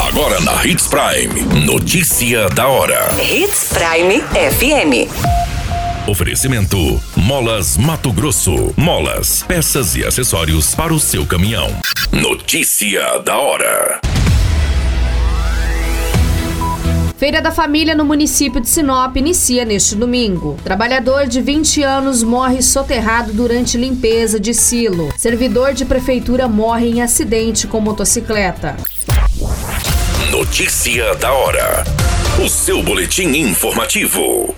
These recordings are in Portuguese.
Agora na Hits Prime. Notícia da hora. Hits Prime FM. Oferecimento: Molas Mato Grosso. Molas, peças e acessórios para o seu caminhão. Notícia da hora. Feira da Família no município de Sinop inicia neste domingo. Trabalhador de 20 anos morre soterrado durante limpeza de silo. Servidor de prefeitura morre em acidente com motocicleta. Notícia da hora. O seu boletim informativo.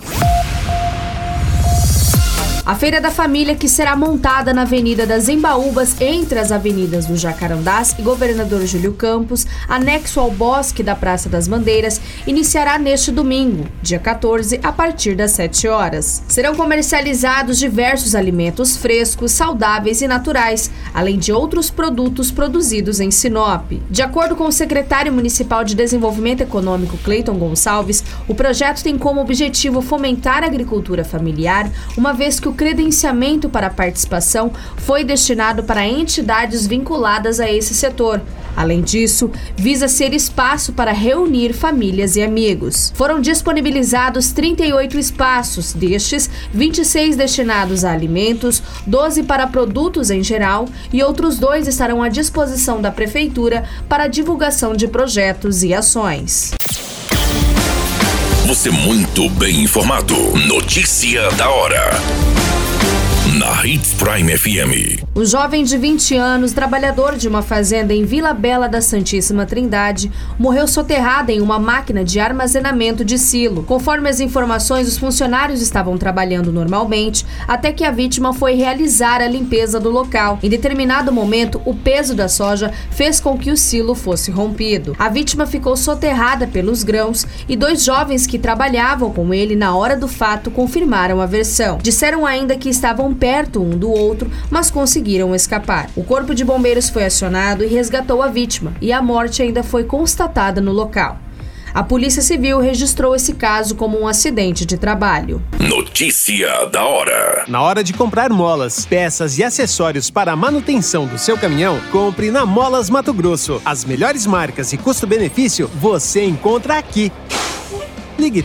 A Feira da Família, que será montada na Avenida das Embaúbas, entre as avenidas do Jacarandás e Governador Júlio Campos, anexo ao Bosque da Praça das Bandeiras, iniciará neste domingo, dia 14, a partir das 7 horas. Serão comercializados diversos alimentos frescos, saudáveis e naturais, além de outros produtos produzidos em Sinop. De acordo com o secretário municipal de Desenvolvimento Econômico, Cleiton Gonçalves, o projeto tem como objetivo fomentar a agricultura familiar, uma vez que o credenciamento para a participação foi destinado para entidades vinculadas a esse setor. Além disso, visa ser espaço para reunir famílias e amigos. Foram disponibilizados 38 espaços, destes 26 destinados a alimentos, 12 para produtos em geral e outros 2 estarão à disposição da Prefeitura para a divulgação de projetos e ações. Você muito bem informado. Notícia da hora. Na Hits Prime FM. O jovem de 20 anos, trabalhador de uma fazenda em Vila Bela da Santíssima Trindade, morreu soterrado em uma máquina de armazenamento de silo. Conforme as informações, os funcionários estavam trabalhando normalmente até que a vítima foi realizar a limpeza do local. Em determinado momento, o peso da soja fez com que o silo fosse rompido. A vítima ficou soterrada pelos grãos e 2 jovens que trabalhavam com ele na hora do fato confirmaram a versão. Disseram ainda que estavam perto um do outro, mas conseguiram escapar. O corpo de bombeiros foi acionado e resgatou a vítima, e a morte ainda foi constatada no local. A Polícia Civil registrou esse caso como um acidente de trabalho. Notícia da hora. Na hora de comprar molas, peças e acessórios para a manutenção do seu caminhão, compre na Molas Mato Grosso. As melhores marcas e custo-benefício você encontra aqui. Ligue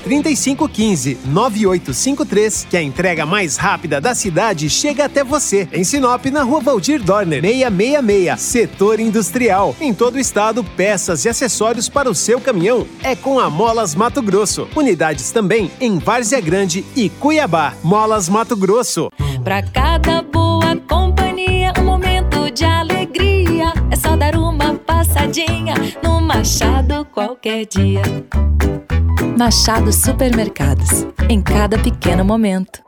3515-9853, que a entrega mais rápida da cidade chega até você. Em Sinop, na Rua Valdir Dorner, 666, Setor Industrial. Em todo o estado, peças e acessórios para o seu caminhão é com a Molas Mato Grosso. Unidades também em Várzea Grande e Cuiabá. Molas Mato Grosso. Pra cada boa companhia, um momento de alegria. É só dar uma passadinha no Machado qualquer dia. Machado Supermercados, em cada pequeno momento.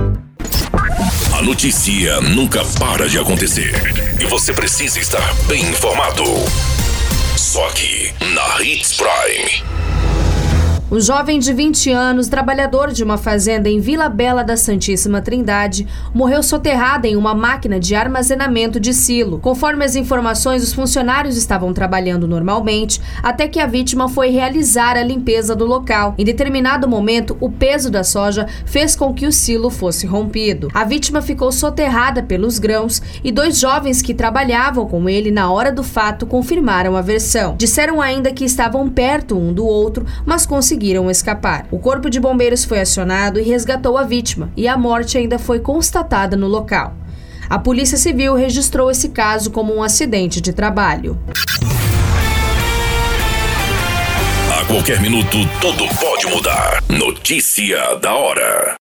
A notícia nunca para de acontecer e você precisa estar bem informado. Só aqui na Hits Prime. O jovem de 20 anos, trabalhador de uma fazenda em Vila Bela da Santíssima Trindade, morreu soterrado em uma máquina de armazenamento de silo. Conforme as informações, os funcionários estavam trabalhando normalmente até que a vítima foi realizar a limpeza do local. Em determinado momento, o peso da soja fez com que o silo fosse rompido. A vítima ficou soterrada pelos grãos e 2 jovens que trabalhavam com ele na hora do fato confirmaram a versão. Disseram ainda que estavam perto um do outro, mas conseguiram escapar. O corpo de bombeiros foi acionado e resgatou a vítima, e a morte ainda foi constatada no local. A Polícia Civil registrou esse caso como um acidente de trabalho. A qualquer minuto, tudo pode mudar. Notícia da hora.